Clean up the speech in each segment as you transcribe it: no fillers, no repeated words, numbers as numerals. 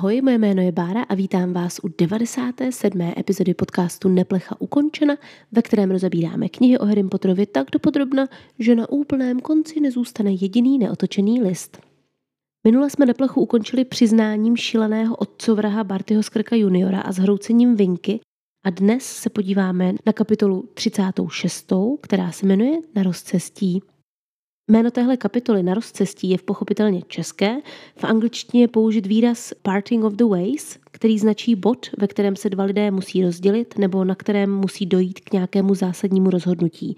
Ahoj, moje jméno je Bára a vítám vás u 97. epizody podcastu Neplecha ukončena, ve kterém rozebíráme knihy o Harrym Potterovi tak dopodrobna, že na úplném konci nezůstane jediný neotočený list. Minule jsme Neplechu ukončili přiznáním šíleného otcovraha Bartyho Skrka juniora a zhroucením Vinky a dnes se podíváme na kapitolu 36., která se jmenuje Na rozcestí. Jméno téhle kapitoly Na rozcestí je pochopitelně české. V angličtině je použit výraz parting of the ways, který značí bod, ve kterém se dva lidé musí rozdělit nebo na kterém musí dojít k nějakému zásadnímu rozhodnutí.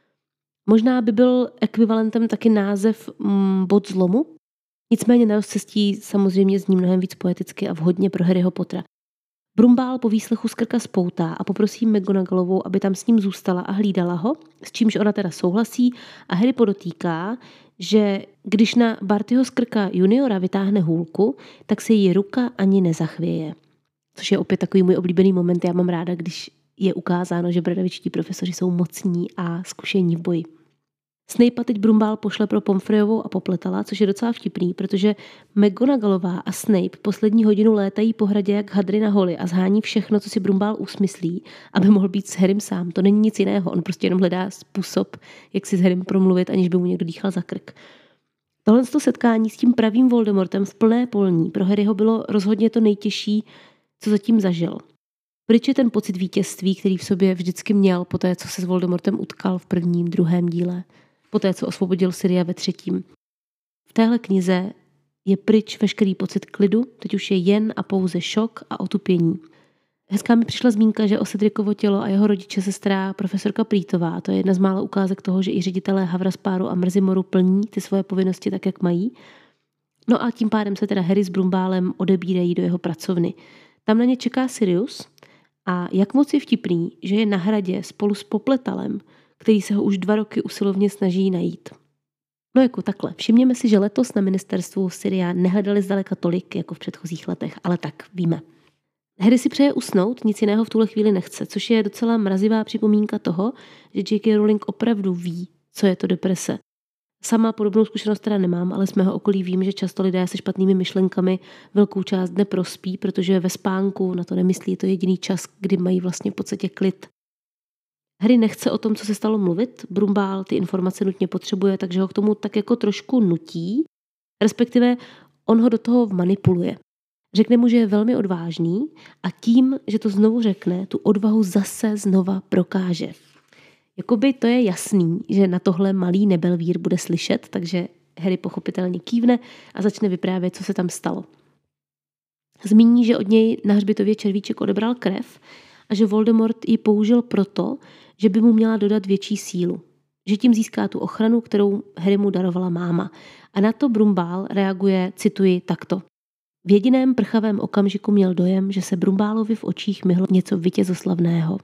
Možná by byl ekvivalentem taky název bod zlomu, nicméně Na rozcestí samozřejmě zní mnohem víc poeticky a vhodně pro Harryho Pottera. Brumbál po výslechu Skrka spoutá a poprosí McGonagallovou, aby tam s ním zůstala a hlídala ho, s čímž ona teda souhlasí a Harry podotýká, že když na Bartyho Skrka juniora vytáhne hůlku, tak se jí ruka ani nezachvěje. Což je opět takový můj oblíbený moment, já mám ráda, když je ukázáno, že bradavičtí profesoři jsou mocní a zkušení v boji. Snape teď Brumbál pošle pro Pomfreyovou a Popletala, což je docela vtipný, protože McGonagallová a Snape poslední hodinu létají po hradě jak hadry na holi a zhání všechno, co si Brumbál usmyslí, aby mohl být s Harrym sám. To není nic jiného, on prostě jenom hledá způsob, jak si s Harrym promluvit, aniž by mu někdo dýchal za krk. Tohle setkání s tím pravým Voldemortem v plné polní pro Harryho bylo rozhodně to nejtěžší, co zatím zažil. Pryč je ten pocit vítězství, který v sobě vždycky měl po té, co se s Voldemortem utkal v prvním, druhém díle. Poté, co osvobodil Siria ve třetím. V téhle knize je pryč veškerý pocit klidu, teď už je jen a pouze šok a otupění. Hezká mi přišla zmínka, že o Cedricovo tělo a jeho rodiče se stará profesorka Prýtová. To je jedna z mála ukázek toho, že i ředitelé Havraspáru a Mrzimoru plní ty svoje povinnosti tak, jak mají. No a tím pádem se teda Harry s Brumbálem odebírají do jeho pracovny. Tam na ně čeká Sirius a jak moc je vtipný, že je na hradě spolu s Popletalem, který se ho už 2 roky usilovně snaží najít. No jako takhle, všimněme si, že letos na ministerstvu Siria nehledali zdaleka tolik, jako v předchozích letech, ale tak víme. Harry si přeje usnout, nic jiného v tuhle chvíli nechce, což je docela mrazivá připomínka toho, že J.K. Rowling opravdu ví, co je to deprese. Sama podobnou zkušenost teda nemám, ale z mého okolí vím, že často lidé se špatnými myšlenkami velkou část dne prospí, protože ve spánku na to nemyslí, je to jediný čas, kdy mají vlastně v podstatě klid. Harry nechce o tom, co se stalo, mluvit, Brumbál ty informace nutně potřebuje, takže ho k tomu tak jako trošku nutí, respektive on ho do toho manipuluje. Řekne mu, že je velmi odvážný a tím, že to znovu řekne, tu odvahu zase znova prokáže. Jakoby to je jasný, že na tohle malý Nebelvír bude slyšet, takže Harry pochopitelně kývne a začne vyprávět, co se tam stalo. Zmíní, že od něj na hřbitově červíček odebral krev a že Voldemort ji použil proto, že by mu měla dodat větší sílu. Že tím získá tu ochranu, kterou Harry mu darovala máma. A na to Brumbál reaguje, cituji, takto. V jediném prchavém okamžiku měl dojem, že se Brumbálovi v očích myhlo něco vítězoslavného.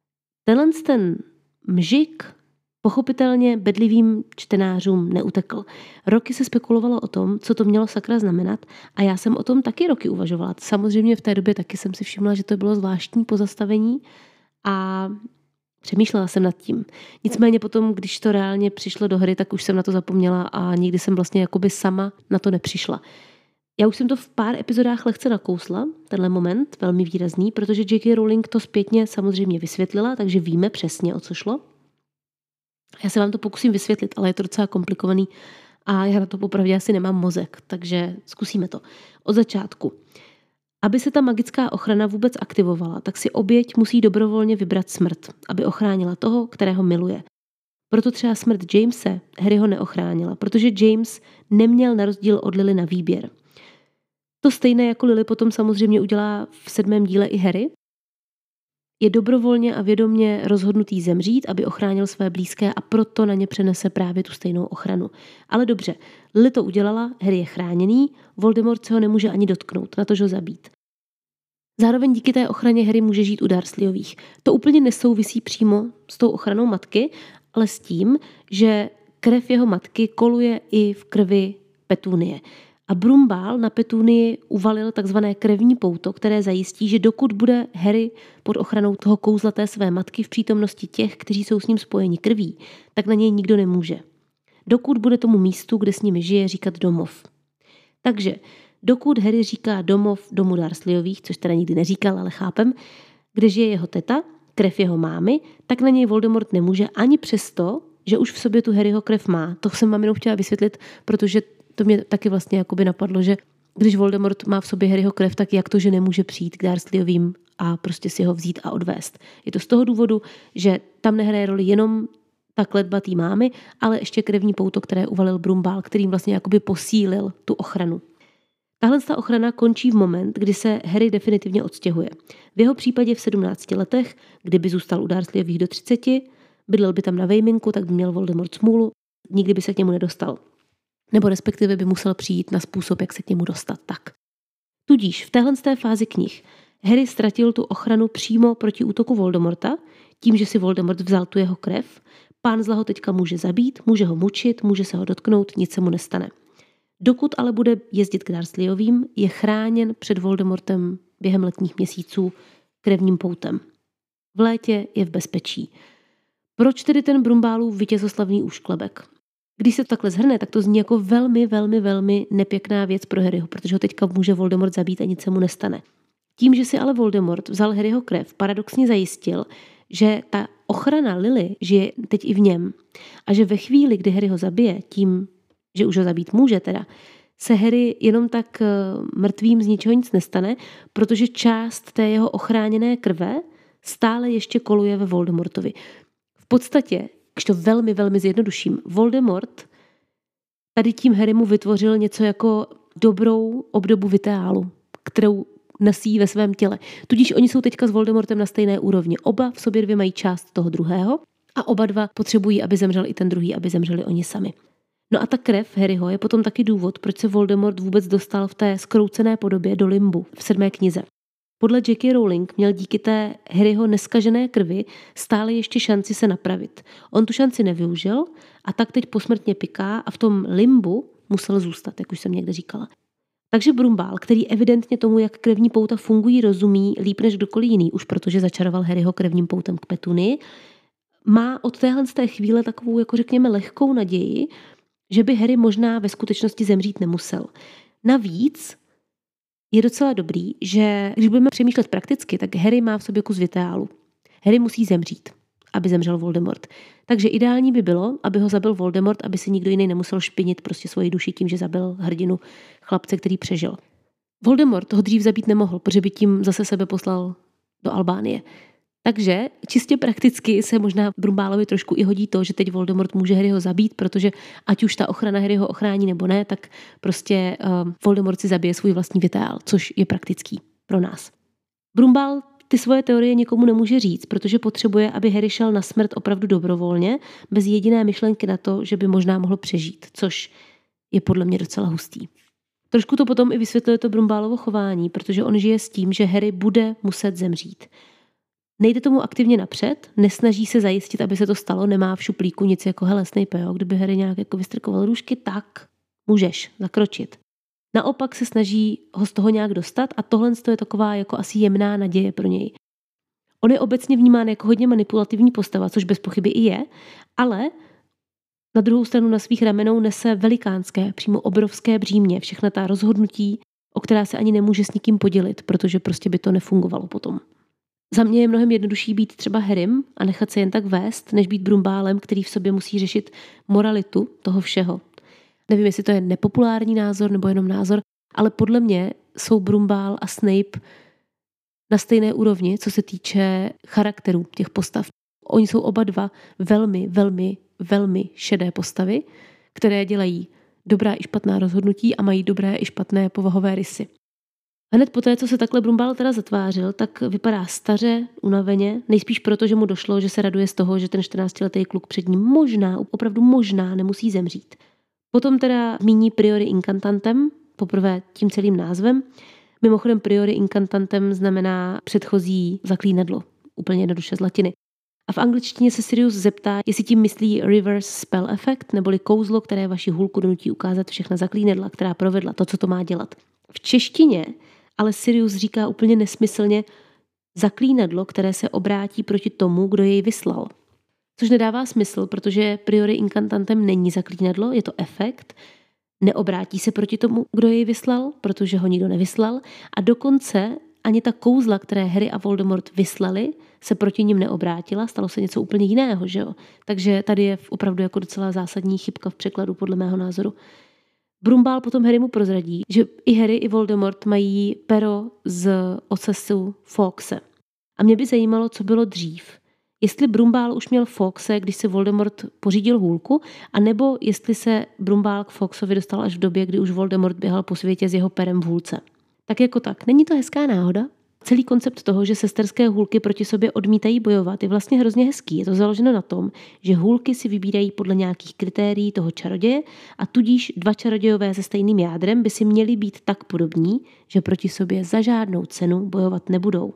Ten mžik pochopitelně bedlivým čtenářům neutekl. Roky se spekulovalo o tom, co to mělo sakra znamenat a já jsem o tom taky roky uvažovala. Samozřejmě v té době taky jsem si všimla, že to bylo zvláštní pozastavení a přemýšlela jsem nad tím. Nicméně potom, když to reálně přišlo do hry, tak už jsem na to zapomněla a nikdy jsem vlastně jakoby sama na to nepřišla. Já už jsem to v pár epizodách lehce nakousla, tenhle moment, velmi výrazný, protože J.K. Rowling to zpětně samozřejmě vysvětlila, takže víme přesně, o co šlo. Já se vám to pokusím vysvětlit, ale je to docela komplikovaný a já na to popravdě asi nemám mozek, takže zkusíme to. Od začátku. Aby se ta magická ochrana vůbec aktivovala, tak si oběť musí dobrovolně vybrat smrt, aby ochránila toho, kterého miluje. Proto třeba smrt Jamese Harryho neochránila, protože James neměl na rozdíl od Lily na výběr. To stejné jako Lily potom samozřejmě udělá v 7. díle i Harry. Je dobrovolně a vědomě rozhodnutý zemřít, aby ochránil své blízké a proto na ně přenese právě tu stejnou ochranu. Ale dobře, Lily to udělala, Harry je chráněný, Voldemort se ho nemůže ani dotknout, natož ho zabít. Zároveň díky té ochraně Harry může žít u Dursleyových. To úplně nesouvisí přímo s tou ochranou matky, ale s tím, že krev jeho matky koluje i v krvi Petunie. A Brumbál na Petunii uvalil takzvané krevní pouto, které zajistí, že dokud bude Harry pod ochranou toho kouzlaté své matky v přítomnosti těch, kteří jsou s ním spojeni krví, tak na něj nikdo nemůže. Dokud bude tomu místu, kde s nimi žije, říkat domov. Takže Dokud Harry říká domov domu Dursleyových, což teda nikdy neříkal, ale chápem, kde žije jeho teta, krev jeho mámy, tak na něj Voldemort nemůže ani přesto, že už v sobě tu Harryho krev má. To jsem vám jenom chtěla vysvětlit, protože to mě taky vlastně jakoby napadlo, že když Voldemort má v sobě Harryho krev, tak jak to, že nemůže přijít k Dursleyovým a prostě si ho vzít a odvést. Je to z toho důvodu, že tam nehraje roli jenom ta kletba té mámy, ale ještě krevní pouto, které uvalil Brumbál, kterým vlastně jakoby posílil tu ochranu. Tahle ta ochrana končí v moment, kdy se Harry definitivně odstěhuje. V jeho případě v 17 letech, kdyby zůstal u Dursleyových do 30, bydlel by tam na vejminku, tak by měl Voldemort smůlu, nikdy by se k němu nedostal. Nebo respektive by musel přijít na způsob, jak se k němu dostat tak. Tudíž v téhle fázi knih Harry ztratil tu ochranu přímo proti útoku Voldemorta, tím, že si Voldemort vzal tu jeho krev. Pán zla ho teďka může zabít, může ho mučit, může se ho dotknout, nic se mu nestane. Dokud ale bude jezdit k Dursleyovým, je chráněn před Voldemortem během letních měsíců krevním poutem. V létě je v bezpečí. Proč tedy ten Brumbálův vítězoslavný úšklebek? Když se to takhle zhrne, tak to zní jako velmi, velmi, velmi nepěkná věc pro Harryho, protože ho teďka může Voldemort zabít a nic se mu nestane. Tím, že si ale Voldemort vzal Harryho krev, paradoxně zajistil, že ta ochrana Lily žije teď i v něm a že ve chvíli, kdy Harry ho zabije, tím, že už ho zabít může teda, se Harry jenom tak mrtvým z ničeho nic nestane, protože část té jeho ochráněné krve stále ještě koluje ve Voldemortovi. V podstatě, když to velmi, velmi zjednoduším, Voldemort tady tím Harrymu vytvořil něco jako dobrou obdobu vitálu, kterou nosí ve svém těle. Tudíž oni jsou teďka s Voldemortem na stejné úrovni. Oba v sobě dvě mají část toho druhého a oba dva potřebují, aby zemřel i ten druhý, aby zemřeli oni sami. No a ta krev Harryho je potom taky důvod, proč se Voldemort vůbec dostal v té zkroucené podobě do limbu v 7. knize. Podle J.K. Rowling měl díky té Harryho neskažené krvi stále ještě šanci se napravit. On tu šanci nevyužil a tak teď posmrtně piká a v tom limbu musel zůstat, jak už jsem někde říkala. Takže Brumbál, který evidentně tomu, jak krevní pouta fungují, rozumí líp než kdokoliv jiný, už protože začaroval Harryho krevním poutem k Petunii, má od téhle z té chvíle takovou, jako řekněme, lehkou naději, že by Harry možná ve skutečnosti zemřít nemusel. Navíc je docela dobrý, že když budeme přemýšlet prakticky, tak Harry má v sobě kus vitálu. Harry musí zemřít, aby zemřel Voldemort. Takže ideální by bylo, aby ho zabil Voldemort, aby si nikdo jiný nemusel špinit prostě svoji duši tím, že zabil hrdinu chlapce, který přežil. Voldemort ho dřív zabít nemohl, protože by tím zase sebe poslal do Albánie. Takže čistě prakticky se možná Brumbálovi trošku i hodí to, že teď Voldemort může Harryho zabít, protože ať už ta ochrana Harryho ochrání nebo ne, tak prostě Voldemort si zabije svůj vlastní vitál, což je praktický pro nás. Brumbál ty svoje teorie nikomu nemůže říct, protože potřebuje, aby Harry šel na smrt opravdu dobrovolně, bez jediné myšlenky na to, že by možná mohl přežít, což je podle mě docela hustý. Trošku to potom i vysvětluje to Brumbálovo chování, protože on žije s tím, že Harry bude muset zemřít. Nejde tomu aktivně napřed, nesnaží se zajistit, aby se to stalo, nemá v šuplíku nic jako hele Snape, jo, kdyby Harry nějak jako vystrkoval růžky, tak můžeš zakročit. Naopak se snaží ho z toho nějak dostat a tohle je taková jako asi jemná naděje pro něj. On je obecně vnímán jako hodně manipulativní postava, což bez pochyby i je, ale na druhou stranu na svých ramenou nese velikánské, přímo obrovské břímě, všechna ta rozhodnutí, o která se ani nemůže s nikým podělit, protože prostě by to nefungovalo potom. Za mě je mnohem jednodušší být třeba Harrym a nechat se jen tak vést, než být Brumbálem, který v sobě musí řešit moralitu toho všeho. Nevím, jestli to je nepopulární názor nebo jenom názor, ale podle mě jsou Brumbál a Snape na stejné úrovni, co se týče charakterů těch postav. Oni jsou oba dva velmi, velmi, velmi šedé postavy, které dělají dobrá i špatná rozhodnutí a mají dobré i špatné povahové rysy. Hned poté, co se takhle Brumbál teda zatvářil, tak vypadá staře, unaveně, nejspíš proto, že mu došlo, že se raduje z toho, že ten 14letý kluk před ním možná, opravdu možná nemusí zemřít. Potom teda míní priori incantantem, poprvé tím celým názvem. Mimochodem priori incantantem znamená předchozí zaklínadlo, úplně jednoduše z latiny. A v angličtině se Sirius zeptá, jestli tím myslí reverse spell effect, neboli kouzlo, které vaši hůlku donutí ukázat všechna zaklínadla, která provedla, to, co to má dělat. V češtině ale Sirius říká úplně nesmyslně zaklínadlo, které se obrátí proti tomu, kdo jej vyslal. Což nedává smysl, protože priori incantantem není zaklínadlo, je to efekt. neobrátí se proti tomu, kdo jej vyslal, protože ho nikdo nevyslal, a dokonce ani ta kouzla, které Harry a Voldemort vyslali, se proti nim neobrátila, stalo se něco úplně jiného, že jo? Takže tady je opravdu jako docela zásadní chybka v překladu, podle mého názoru. Brumbál potom Harrymu prozradí, že i Harry, i Voldemort mají pero z ocasu Fawkese. A mě by zajímalo, co bylo dřív. Jestli Brumbál už měl Fawkese, když se Voldemort pořídil hůlku, anebo jestli se Brumbál k Fawkesovi dostal až v době, kdy už Voldemort běhal po světě s jeho perem v hůlce. Tak jako tak. Není to hezká náhoda? Celý koncept toho, že sesterské hůlky proti sobě odmítají bojovat, je vlastně hrozně hezký. Je to založeno na tom, že hůlky si vybírají podle nějakých kritérií toho čaroděje a tudíž dva čarodějové se stejným jádrem by si měli být tak podobní, že proti sobě za žádnou cenu bojovat nebudou.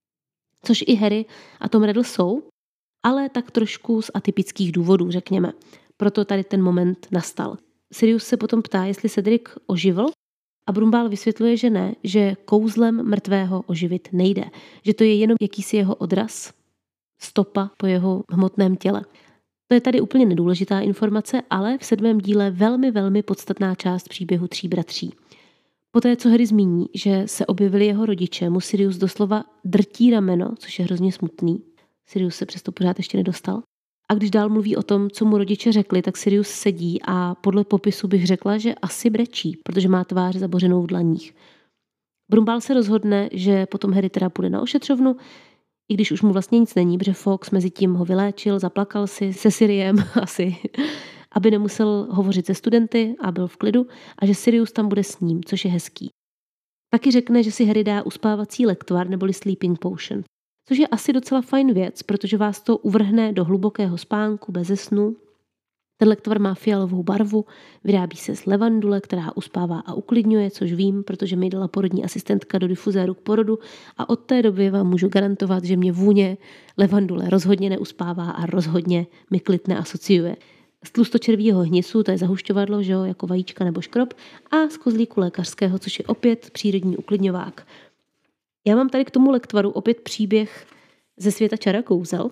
Což i Harry a Tom Riddle jsou, ale tak trošku z atypických důvodů, řekněme. Proto tady ten moment nastal. Sirius se potom ptá, jestli Cedric oživl, a Brumbál vysvětluje, že ne, že kouzlem mrtvého oživit nejde, že to je jenom jakýsi jeho odraz, stopa po jeho hmotném těle. To je tady úplně nedůležitá informace, ale v 7. díle velmi, velmi podstatná část příběhu Tří bratří. Poté, co Harry zmíní, že se objevili jeho rodiče, mu Sirius doslova drtí rameno, což je hrozně smutný. Sirius se přesto pořád ještě nedostal. A když dál mluví o tom, co mu rodiče řekli, tak Sirius sedí a podle popisu bych řekla, že asi brečí, protože má tvář zabořenou v dlaních. Brumbál se rozhodne, že potom Harry teda půjde na ošetřovnu, i když už mu vlastně nic není, protože Fawkes mezi tím ho vyléčil, zaplakal si se Siriem asi, aby nemusel hovořit se studenty a byl v klidu, a že Sirius tam bude s ním, což je hezký. Taky řekne, že si Harry dá uspávací lektvar neboli sleeping potion, což je asi docela fajn věc, protože vás to uvrhne do hlubokého spánku beze snu. Ten lektvar má fialovou barvu, vyrábí se z levandule, která uspává a uklidňuje, což vím, protože mi dala porodní asistentka do difuzéru k porodu a od té doby vám můžu garantovat, že mě vůně levandule rozhodně neuspává a rozhodně mi klid neasociuje. Z tlustočervího hnisu, to je zahušťovadlo, že jo, jako vajíčka nebo škrob, a z kozlíku lékařského, což je opět přírodní uklidňovák. Já mám tady k tomu lektvaru opět příběh ze světa čara kouzel.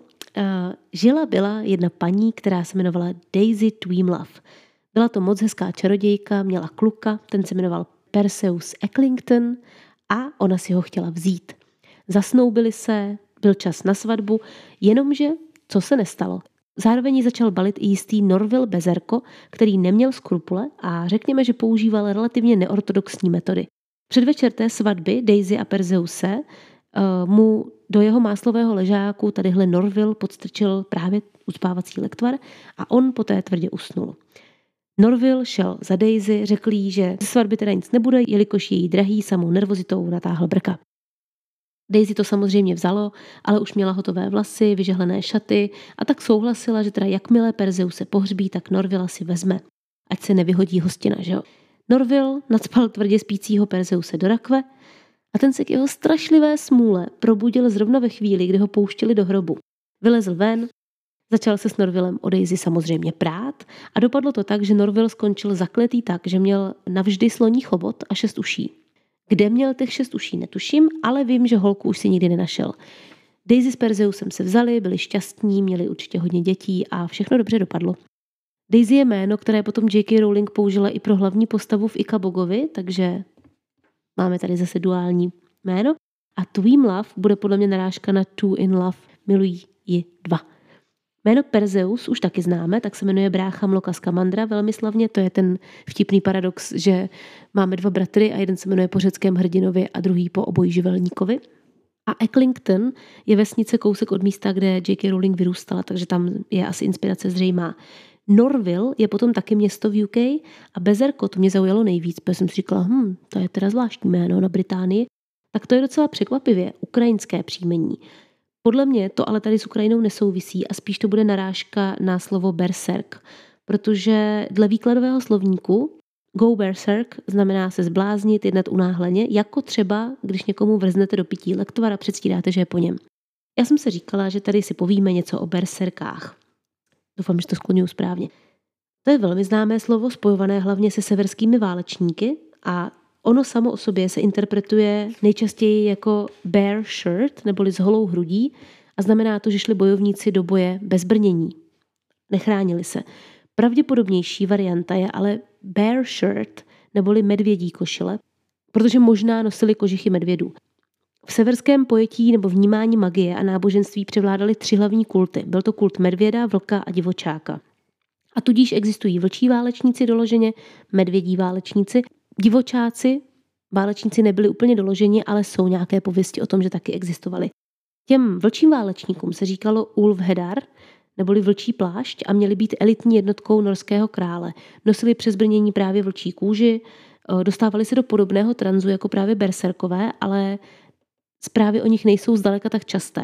Byla jedna paní, která se jmenovala Daisy Tweemlove. Byla to moc hezká čarodějka, měla kluka, ten se jmenoval Perseus Ecklington a ona si ho chtěla vzít. Zasnoubili se, byl čas na svatbu, jenomže co se nestalo? Zároveň ji začal balit i jistý Norville Bezerko, který neměl skrupule a řekněme, že používal relativně neortodoxní metody. Předvečer té svatby Daisy a Perseuse mu do jeho máslového ležáku tadyhle Norville podstrčil právě uspávací lektvar a on poté tvrdě usnul. Norville šel za Daisy, řekl jí, že ze svatby teda nic nebude, jelikož její drahý samou nervozitou natáhl brka. Daisy to samozřejmě vzalo, ale už měla hotové vlasy, vyžehlené šaty a tak souhlasila, že teda jakmile Perseuse pohřbí, tak Norvilla si vezme, ať se nevyhodí hostina, že jo. Norville nacpal tvrdě spícího Perseuse do rakve a ten se k jeho strašlivé smůle probudil zrovna ve chvíli, kdy ho pouštěli do hrobu. Vylezl ven, začal se s Norvillem o Daisy samozřejmě prát a dopadlo to tak, že Norville skončil zakletý tak, že měl navždy sloní chobot a 6 uší. Kde měl těch 6 uší, netuším, ale vím, že holku už si nikdy nenašel. Daisy s Perseusem se vzali, byli šťastní, měli určitě hodně dětí a všechno dobře dopadlo. Daisy je jméno, které potom J.K. Rowling použila i pro hlavní postavu v Ikabogovi, takže máme tady zase duální jméno. A Tweemlove bude podle mě narážka na Two in Love, milují ji dva. Jméno Perseus už taky známe, tak se jmenuje brácha Mloka Scamandra velmi slavně. To je ten vtipný paradox, že máme 2 bratry a jeden se jmenuje po řeckém hrdinovi a druhý po obojživelníkovi. A Ecklington je vesnice kousek od místa, kde J.K. Rowling vyrůstala, takže tam je asi inspirace zřejmá. Norville je potom taky město v UK a Bezerko, to mě zaujalo nejvíc, protože jsem si říkala, to je teda zvláštní jméno na Británii. Tak to je docela překvapivě ukrajinské příjmení. Podle mě to ale tady s Ukrajinou nesouvisí a spíš to bude narážka na slovo berserk, protože dle výkladového slovníku go berserk znamená se zbláznit, jednat unáhleně, jako třeba, když někomu vrznete do pití lektvar a předstíráte, že je po něm. Já jsem se říkala, že tady si povíme něco o berserkách. Doufám, že to skloňuji správně. To je velmi známé slovo, spojované hlavně se severskými válečníky a ono samo o sobě se interpretuje nejčastěji jako bare shirt, neboli s holou hrudí, a znamená to, že šli bojovníci do boje bez brnění. Nechránili se. Pravděpodobnější varianta je ale bear shirt, neboli medvědí košile, protože možná nosili kožichy medvědů. V severském pojetí nebo vnímání magie a náboženství převládaly 3 hlavní kulty. Byl to kult medvěda, vlka a divočáka. A tudíž existují vlčí válečníci doloženě, medvědí válečníci. Divočáci, válečníci nebyli úplně doloženi, ale jsou nějaké pověsti o tom, že taky existovali. Těm vlčím válečníkům se říkalo Ulfhedar, neboli vlčí plášť, a měli být elitní jednotkou norského krále. Nosili přes brnění právě vlčí kůži, dostávali se do podobného tranzu jako právě berserkové, ale zprávy o nich nejsou zdaleka tak časté.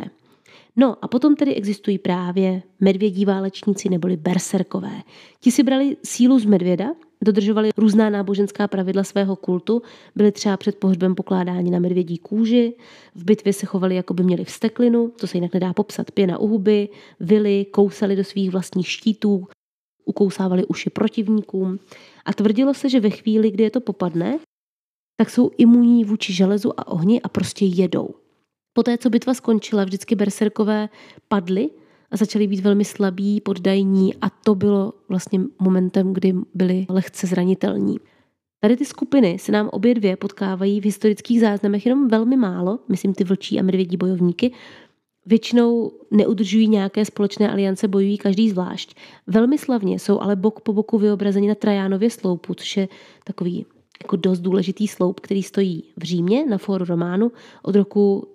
No a potom tedy existují právě medvědí válečníci neboli berserkové. Ti si brali sílu z medvěda, dodržovali různá náboženská pravidla svého kultu, byli třeba před pohřbem pokládáni na medvědí kůži, v bitvě se chovali, jako by měli vzteklinu, to se jinak nedá popsat, pěna u huby, vily, kousali do svých vlastních štítů, ukousávali uši protivníkům a tvrdilo se, že ve chvíli, kdy je to popadne, tak jsou imunní vůči železu a ohni a prostě jedou. Poté, co bitva skončila, vždycky berserkové padli a začali být velmi slabí, poddajní a to bylo vlastně momentem, kdy byli lehce zranitelní. Tady ty skupiny se nám obě dvě potkávají v historických záznamech jenom velmi málo, myslím ty vlčí a medvědí bojovníky. Většinou neudržují nějaké společné aliance, bojují každý zvlášť. Velmi slavně jsou ale bok po boku vyobrazeni na Trajánově sloupu, což je takový jako dost důležitý sloup, který stojí v Římě na Fóru Románu od roku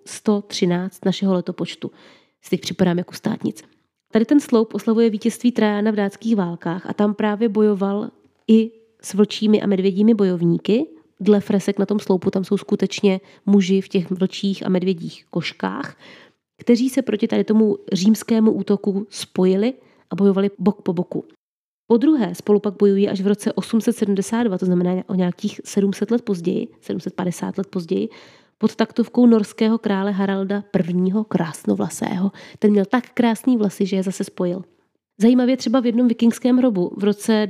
113 našeho letopočtu. Si teď připadám jako státnic. Tady ten sloup oslavuje vítězství Trajána v dátských válkách a tam právě bojoval i s vlčími a medvědími bojovníky. Dle fresek na tom sloupu tam jsou skutečně muži v těch vlčích a medvědích koškách, kteří se proti tady tomu římskému útoku spojili a bojovali bok po boku. Po druhé spolu pak bojují až v roce 872, to znamená o nějakých 700 let později, 750 let později, pod taktovkou norského krále Haralda I. krásnovlasého. Ten měl tak krásný vlasy, že je zase spojil. Zajímavě třeba v jednom vikingském hrobu v roce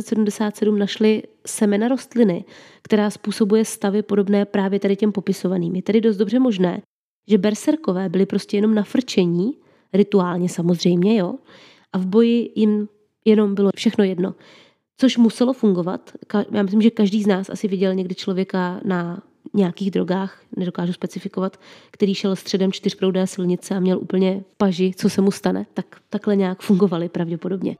1977 našli semena rostliny, která způsobuje stavy podobné právě tady těm popisovaným. Je tedy dost dobře možné, že berserkové byli prostě jenom na frčení, rituálně samozřejmě, jo, a v boji jim jenom bylo všechno jedno. Což muselo fungovat. Já myslím, že každý z nás asi viděl někdy člověka na nějakých drogách, nedokážu specifikovat, který šel středem 4proudé silnice a měl úplně v paži, co se mu stane. Tak takhle nějak fungovali pravděpodobně.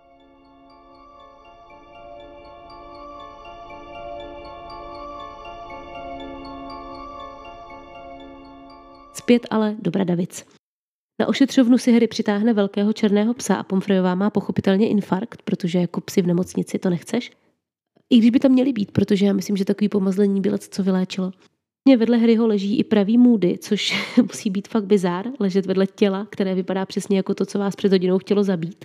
Zpět ale do Bradavic. Na ošetřovnu si Harry přitáhne velkého černého psa a Pomfreyová má pochopitelně infarkt, protože jako psi v nemocnici to nechceš. I když by tam měli být, protože já myslím, že takový pomazlení bílec, co vyléčilo. Vedle Harryho leží i pravý Moody, což musí být fakt bizár, ležet vedle těla, které vypadá přesně jako to, co vás před hodinou chtělo zabít.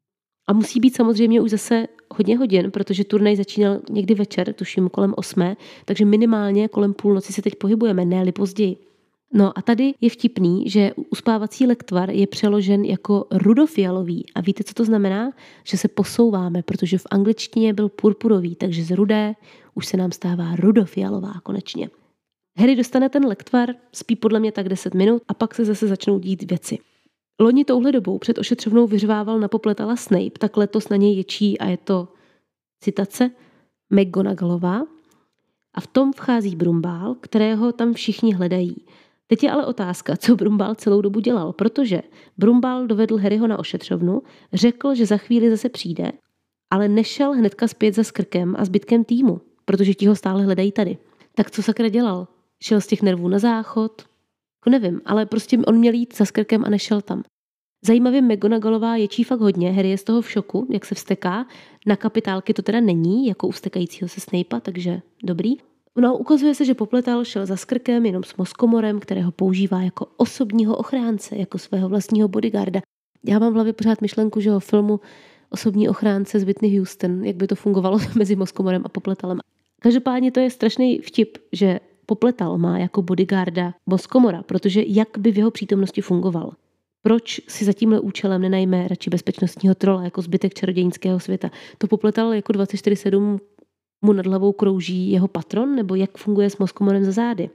A musí být samozřejmě už zase hodně hodin, protože turnaj začínal někdy večer, tuším kolem 8, takže minimálně kolem půlnoci se teď pohybujeme, ne-li později. No a tady je vtipný, že uspávací lektvar je přeložen jako rudofialový. A víte, co to znamená? Že se posouváme, protože v angličtině byl purpurový, takže z rudé už se nám stává rudofialová konečně. Harry dostane ten lektvar, spí podle mě tak 10 minut a pak se zase začnou dít věci. Loni touhle dobou před ošetřovnou vyřvával na popletala Snape, tak letos na něj ječí a je to citace McGonagallová. A v tom vchází Brumbál, kterého tam všichni hledají. Teď je ale otázka, co Brumbál celou dobu dělal, protože Brumbál dovedl Harryho na ošetřovnu, řekl, že za chvíli zase přijde, ale nešel hnedka zpět za Skrkem a zbytkem týmu, protože ti ho stále hledají tady. Tak co sakra dělal? Šel z těch nervů na záchod? Nevím, ale prostě on měl jít za Skrkem a nešel tam. Zajímavě McGonagallová ječí fakt hodně, Harry je z toho v šoku, jak se vzteká. Na kapitálky to teda není, jako u vztekajícího se Snape'a, takže dobrý. No, ukazuje se, že popletal šel za Skrkem jenom s Moskomorem, kterého používá jako osobního ochránce, jako svého vlastního bodyguarda. Já mám v hlavě pořád myšlenku, že o filmu Osobní ochránce z Whitney Houston, jak by to fungovalo mezi Moskomorem a popletalem. Každopádně to je strašný vtip, že popletal má jako bodyguarda Moskomora, protože jak by v jeho přítomnosti fungoval. Proč si za tímhle účelem nenajme radši bezpečnostního trola jako zbytek čarodějnického světa? To popletal jako 24/7 mu nad hlavou krouží jeho patron, nebo jak funguje s Moskomorem za zády.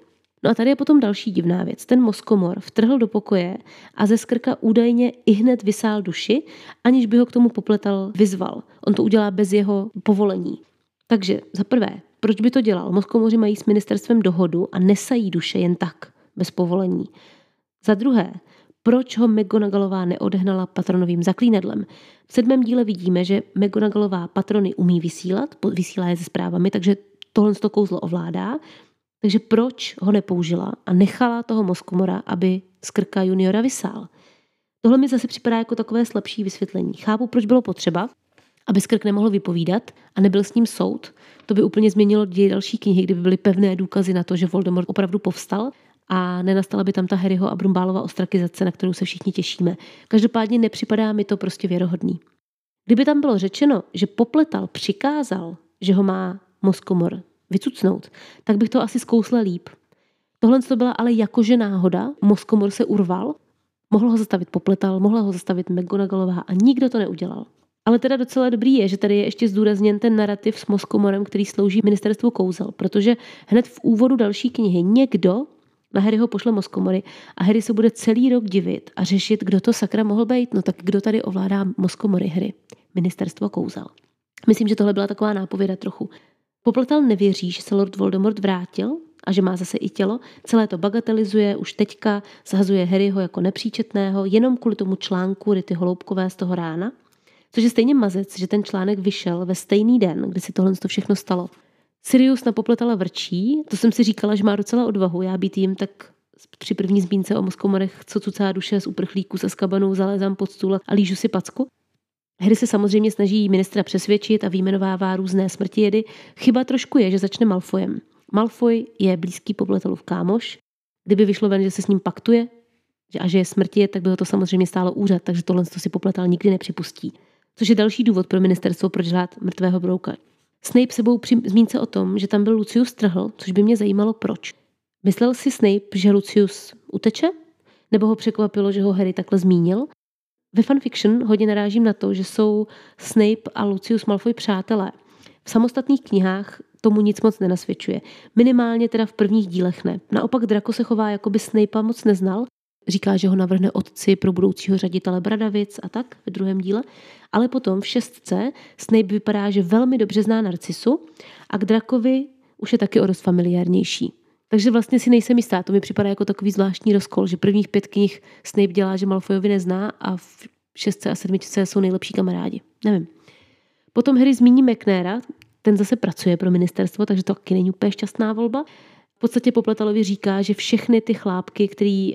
No a tady je potom další divná věc. Ten mozkomor vtrhl do pokoje a ze skrka údajně ihned vysál duši, aniž by ho k tomu Popletal vyzval. On to udělá bez jeho povolení. Takže za prvé, proč by to dělal? Mozkomoři mají s ministerstvem dohodu a nesají duše jen tak, bez povolení. Za druhé, proč ho McGonagallová neodehnala patronovým zaklínadlem? V 7. díle vidíme, že McGonagallová patrony umí vysílá je se zprávami, takže tohle to kouzlo ovládá. Takže proč ho nepoužila a nechala toho mozkomora, aby Skrka juniora vysál? Tohle mi zase připadá jako takové slabší vysvětlení. Chápu, proč bylo potřeba, aby Skrk nemohl vypovídat a nebyl s ním soud. To by úplně změnilo děj další knihy, kdyby byly pevné důkazy na to, že Voldemort opravdu povstal a nenastala by tam ta Harryho a Brumbálova ostrakizace, na kterou se všichni těšíme. Každopádně nepřipadá mi to prostě věrohodný. Kdyby tam bylo řečeno, že Popletal přikázal, že ho má mozkomor vycucnout, tak bych to asi zkousla líp. Tohle to byla ale jakože náhoda, mozkomor se urval, mohl ho zastavit Popletal, mohla ho zastavit McGonagallová a nikdo to neudělal. Ale teda docela dobrý je, že tady je ještě zdůrazněn ten narrativ s mozkomorem, který slouží ministerstvu kouzel, protože hned v úvodu další knihy někdo na Harryho pošle mozkomory a Harry se bude celý rok divit a řešit, kdo to sakra mohl být. No tak kdo tady ovládá mozkomory Harry? Ministerstvo kouzel. Myslím, že tohle byla taková nápověda trochu. Popletal nevěří, že se Lord Voldemort vrátil a že má zase i tělo. Celé to bagatelizuje, už teďka zahazuje Harryho jako nepříčetného, jenom kvůli tomu článku Rity Holoubkové z toho rána. Což je stejně mazec, že ten článek vyšel ve stejný den, kdy se tohle všechno stalo. Sirius na Popletala vrčí, to jsem si říkala, že má docela odvahu. Já být jim tak při první zmínce o mozkomorech, co cucá duše z uprchlíků z Azkabanu, zalézám pod stůl a lížu si packu. Harry se samozřejmě snaží ministra přesvědčit a vyjmenovává různé smrtijedy. Chyba trošku je, že začne Malfoyem. Malfoy je blízký Popletalův kámoš. Kdyby vyšlo ven, že se s ním paktuje a že je smrtijed, tak by ho to samozřejmě stálo úřad, takže tohle si Popletal nikdy nepřipustí. Což je další důvod pro ministerstvo, proč hrát mrtvého brouka. Snape sebou při zmínce o tom, že tam byl Lucius Trhl, což by mě zajímalo proč. Myslel si Snape, že Lucius uteče? Nebo ho překvapilo, že ho Harry takhle zmínil? Ve fanfiction hodně narážím na to, že jsou Snape a Lucius Malfoy přátelé. V samostatných knihách tomu nic moc nenasvědčuje. Minimálně teda v prvních dílech ne. Naopak Draco se chová, jako by Snape'a moc neznal. Říká, že ho navrhne otci pro budoucího ředitele Bradavic a tak ve 2. díle. Ale potom v 6. Snape vypadá, že velmi dobře zná Narcisu a k Dracovi už je taky o dost familiárnější. Takže vlastně si nejsem jistá, to mi připadá jako takový zvláštní rozkol, že prvních 5 knih Snape dělá, že Malfoyovi nezná a v 6. a 7. jsou nejlepší kamarádi. Nevím. Potom Harry zmíní McNaira, ten zase pracuje pro ministerstvo, takže to taky není úplně šťastná volba. V podstatě Popletalovi říká, že všechny ty chlápky, který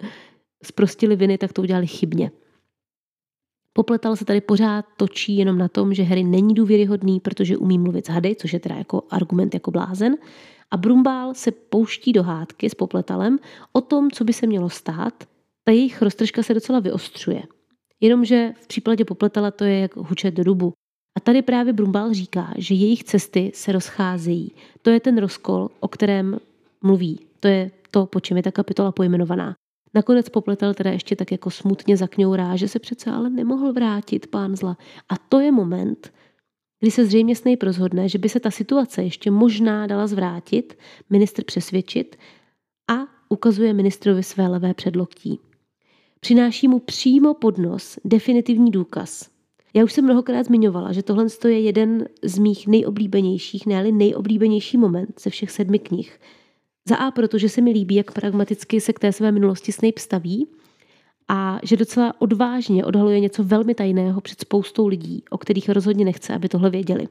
zprostili viny, tak to udělali chybně. Popletal se tady pořád točí jenom na tom, že Harry není důvěryhodný, protože umí mluvit s hady, což je teda jako argument jako blázen. A Brumbál se pouští do hádky s Popletalem o tom, co by se mělo stát. Ta jejich roztržka se docela vyostřuje. Jenomže v případě Popletala to je jak hučet do dubu. A tady právě Brumbál říká, že jejich cesty se rozcházejí. To je ten rozkol, o kterém mluví. To je to, po čem je ta kapitola pojmenovaná. Nakonec Popletal teda ještě tak jako smutně zakňourá, že se přece ale nemohl vrátit, pán zla. A to je moment, kdy se zřejmě Snape rozhodne, že by se ta situace ještě možná dala zvrátit, ministr přesvědčit a ukazuje ministrovi své levé předloktí. Přináší mu přímo pod nos definitivní důkaz. Já už jsem mnohokrát zmiňovala, že tohle je jeden z mých nejoblíbenějších, ne-li nejoblíbenější moment ze všech 7 knih. Za A, protože se mi líbí, jak pragmaticky se k té své minulosti Snape staví a že docela odvážně odhaluje něco velmi tajného před spoustou lidí, o kterých rozhodně nechce, aby tohle věděli.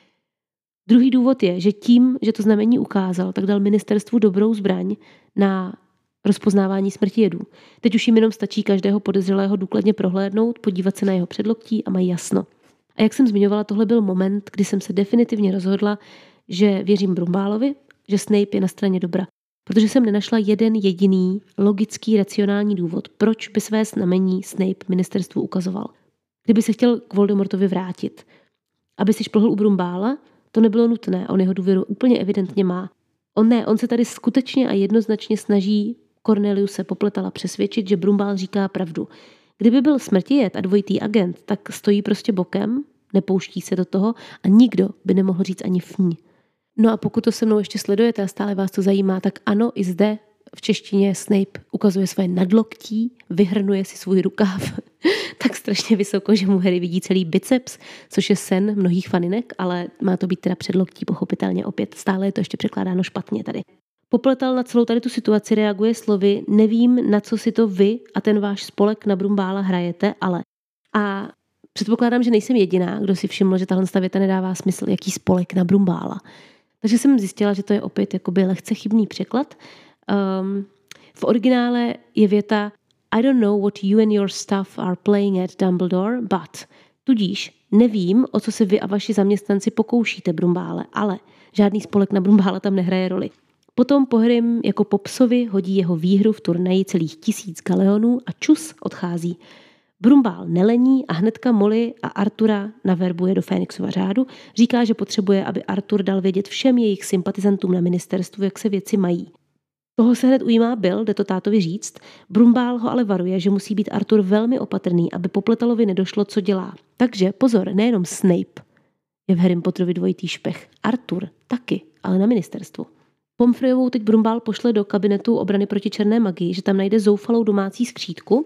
Druhý důvod je, že tím, že to znamení ukázal, tak dal ministerstvu dobrou zbraň na rozpoznávání smrtijedů. Teď už jim jenom stačí každého podezřelého důkladně prohlédnout, podívat se na jeho předloktí a mají jasno. A jak jsem zmiňovala, tohle byl moment, kdy jsem se definitivně rozhodla, že věřím Brumbálovi, že Snape je na straně dobra. Protože jsem nenašla jeden jediný logický, racionální důvod, proč by své znamení Snape ministerstvu ukazoval. Kdyby se chtěl k Voldemortovi vrátit. Aby si šplhl u Brumbála, to nebylo nutné, on jeho důvěru úplně evidentně má. On se tady skutečně a jednoznačně snaží Corneliuse Popletala přesvědčit, že Brumbál říká pravdu. Kdyby byl smrtijed a dvojitý agent, tak stojí prostě bokem, nepouští se do toho a nikdo by nemohl říct ani fní. No a pokud to se mnou ještě sledujete a stále vás to zajímá, tak ano, i zde v češtině Snape ukazuje svoje nadloktí, vyhrnuje si svůj rukáv tak strašně vysoko, že mu Harry vidí celý biceps, což je sen mnohých faninek, ale má to být teda předloktí pochopitelně opět. Stále je to ještě překládáno špatně tady. Popletal na celou tady tu situaci reaguje slovy: nevím, na co si to vy a ten váš spolek na Brumbála hrajete, ale. A předpokládám, že nejsem jediná, kdo si všiml, že tahle věta nedává smysl, jaký spolek na Brumbála. Takže jsem zjistila, že to je opět jakoby lehce chybný překlad. V originále je věta I don't know what you and your staff are playing at Dumbledore, but. Tudíž nevím, o co se vy a vaši zaměstnanci pokoušíte, Brumbále, ale žádný spolek na Brumbála tam nehraje roli. Potom po Harrym jako po psovi hodí jeho výhru v turnaji celých 1000 galeonů a čus odchází. Brumbál nelení a hnedka Molly a Artura naverbuje do Fénixova řádu. Říká, že potřebuje, aby Artur dal vědět všem jejich sympatizantům na ministerstvu, jak se věci mají. Toho se hned ujímá Bill, jde to tátovi říct. Brumbál ho ale varuje, že musí být Artur velmi opatrný, aby Popletalovi nedošlo, co dělá. Takže pozor, nejenom Snape je v Harrym Potterovi dvojitý špech. Artur taky, ale na ministerstvu. Pomfreyovou teď Brumbál pošle do kabinetu obrany proti černé magii, že tam najde zoufalou domácí skřídku.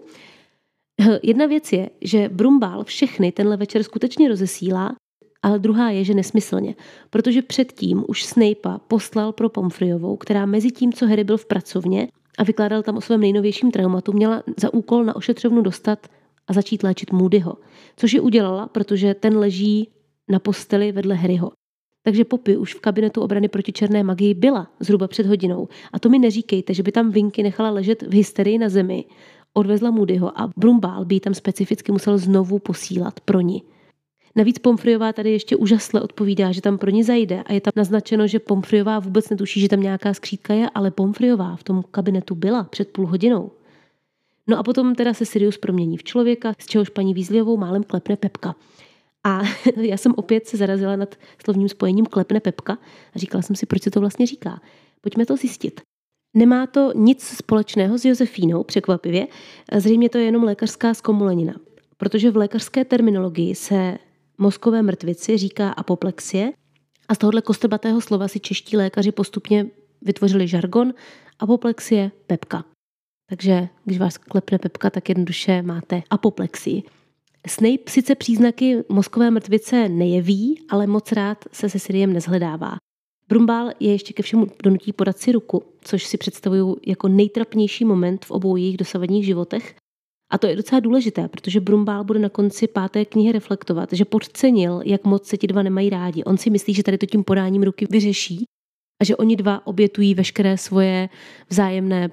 Jedna věc je, že Brumbál všechny tenhle večer skutečně rozesílá, ale druhá je, že nesmyslně, protože předtím už Snape'a poslal pro Pomfreyovou, která mezi tím, co Harry byl v pracovně a vykládal tam o svém nejnovějším traumatu, měla za úkol na ošetřovnu dostat a začít léčit Moodyho, což ji udělala, protože ten leží na posteli vedle Harryho. Takže Poppy už v kabinetu obrany proti černé magii byla zhruba před hodinou. A to mi neříkejte, že by tam Winky nechala ležet v hysterii na zemi, odvezla Moodyho a Brumbál by ji tam specificky musel znovu posílat pro ní. Navíc Pomfreyová tady ještě úžasle odpovídá, že tam pro ní zajde a je tam naznačeno, že Pomfreyová vůbec netuší, že tam nějaká skřítka je, ale Pomfreyová v tom kabinetu byla před půl hodinou. No a potom teda se Sirius promění v člověka, z čehož paní Weasleyovou málem klepne Pepka. A já jsem opět se zarazila nad slovním spojením klepne Pepka a říkala jsem si, proč se to vlastně říká. Pojďme to zjistit. Nemá to nic společného s Josefínou, překvapivě, zřejmě to je jenom lékařská zkomulenina, protože v lékařské terminologii se mozkové mrtvici říká apoplexie a z tohohle kostrbatého slova si čeští lékaři postupně vytvořili žargon apoplexie Pepka. Takže když vás klepne Pepka, tak jednoduše máte apoplexii. Snape sice příznaky mozkové mrtvice nejeví, ale moc rád se Siriem nezhledává. Brumbál je ještě ke všemu donutí podat si ruku, což si představuju jako nejtrapnější moment v obou jejich dosavadních životech. A to je docela důležité, protože Brumbál bude na konci 5. knihy reflektovat, že podcenil, jak moc se ti dva nemají rádi. On si myslí, že tady to tím podáním ruky vyřeší a že oni dva obětují veškeré svoje vzájemné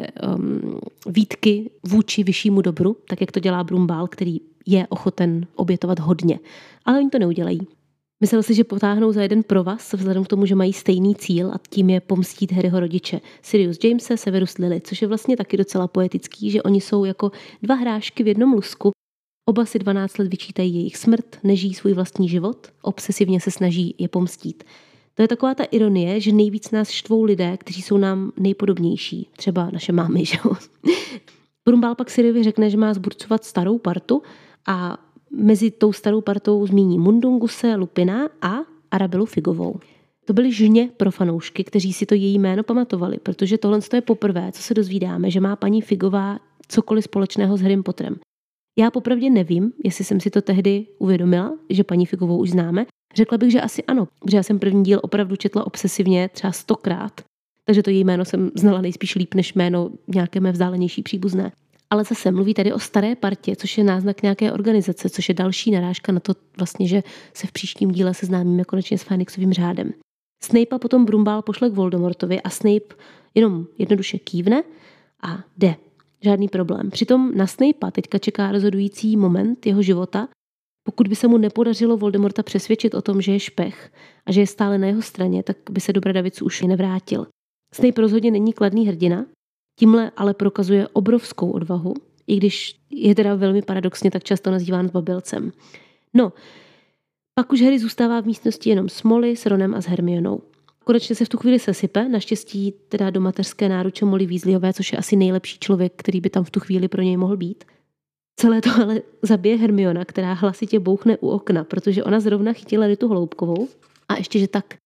výtky vůči vyššímu dobru, tak jak to dělá Brumbál, který je ochoten obětovat hodně. Ale oni to neudělají. Myslel si, že potáhnou za jeden provaz, vzhledem k tomu, že mají stejný cíl a tím je pomstít Harryho rodiče. Sirius Jamese, Severus Lily, což je vlastně taky docela poetický, že oni jsou jako dva hrášky v jednom lusku. Oba si 12 let vyčítají jejich smrt, nežijí svůj vlastní život, obsesivně se snaží je pomstít. To je taková ta ironie, že nejvíc nás štvou lidé, kteří jsou nám nejpodobnější. Třeba naše mámy, že jo. Brumbál pak Siriovi řekne, že má zburcovat starou partu a mezi tou starou partou zmíní Mundunguse, Lupina a Arabelu Figovou. To byly žně pro fanoušky, kteří si to její jméno pamatovali, protože tohle je poprvé, co se dozvídáme, že má paní Figová cokoliv společného s Harrym Potterem. Já popravdě nevím, jestli jsem si to tehdy uvědomila, že paní Figovou už známe. Řekla bych, že asi ano, protože já jsem první díl opravdu četla obsesivně třeba 100krát, takže to její jméno jsem znala nejspíš líp než jméno nějaké mé vzdálenější příbuzné. Ale zase mluví tady o staré partě, což je náznak nějaké organizace, což je další narážka na to vlastně, že se v příštím díle seznámíme konečně s Fénixovým řádem. Snape potom Brumbál pošle k Voldemortovi a Snape jenom jednoduše kývne a jde. Žádný problém. Přitom na Snape'a teďka čeká rozhodující moment jeho života, pokud by se mu nepodařilo Voldemorta přesvědčit o tom, že je špech a že je stále na jeho straně, tak by se do Bradavic už nevrátil. Snape rozhodně není kladný hrdina, tímhle ale prokazuje obrovskou odvahu, i když je teda velmi paradoxně tak často nazýván zbabělcem. No, pak už Harry zůstává v místnosti jenom s Molly, s Ronem a s Hermionou. Konečně se v tu chvíli sesype, naštěstí teda do mateřské náruče Molly Weasleyové, což je asi nejlepší člověk, který by tam v tu chvíli pro něj mohl být. Celé to ale zabije Hermiona, která hlasitě bouchne u okna, protože ona zrovna chytila Ritu Hloubkovou a ještě, že tak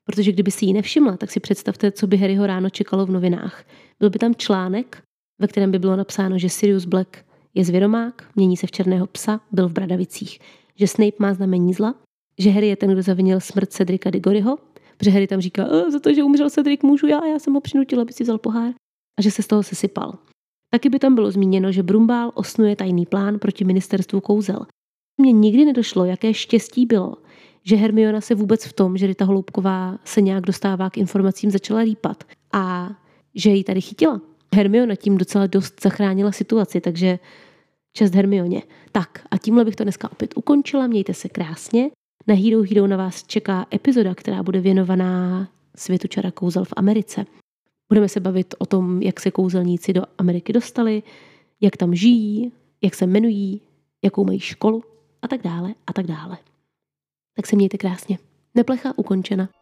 Protože kdyby si ji nevšimla, tak si představte, co by Harryho ráno čekalo v novinách. Byl by tam článek, ve kterém by bylo napsáno, že Sirius Black je zvědomák, mění se v černého psa, byl v Bradavicích, že Snape má znamení zla, že Harry je ten, kdo zavinil smrt Cedrica Diggoryho, protože Harry tam říká, za to, že umřel Cedric, můžu já jsem ho přinutil, aby si vzal pohár, a že se z toho sesypal. Taky by tam bylo zmíněno, že Brumbál osnuje tajný plán proti ministerstvu kouzel. Mně nikdy nedošlo, jaké štěstí bylo, že Hermiona se vůbec v tom, že Rita Holoubková se nějak dostává k informacím, začala rýpat a že ji tady chytila. Hermiona tím docela dost zachránila situaci, takže čest Hermioně. Tak a tímhle bych to dneska opět ukončila, mějte se krásně. Na Hero Hero na vás čeká epizoda, která bude věnovaná světu čara kouzel v Americe. Budeme se bavit o tom, jak se kouzelníci do Ameriky dostali, jak tam žijí, jak se jmenují, jakou mají školu a tak dále a tak dále. Tak se mějte krásně. Neplecha ukončena.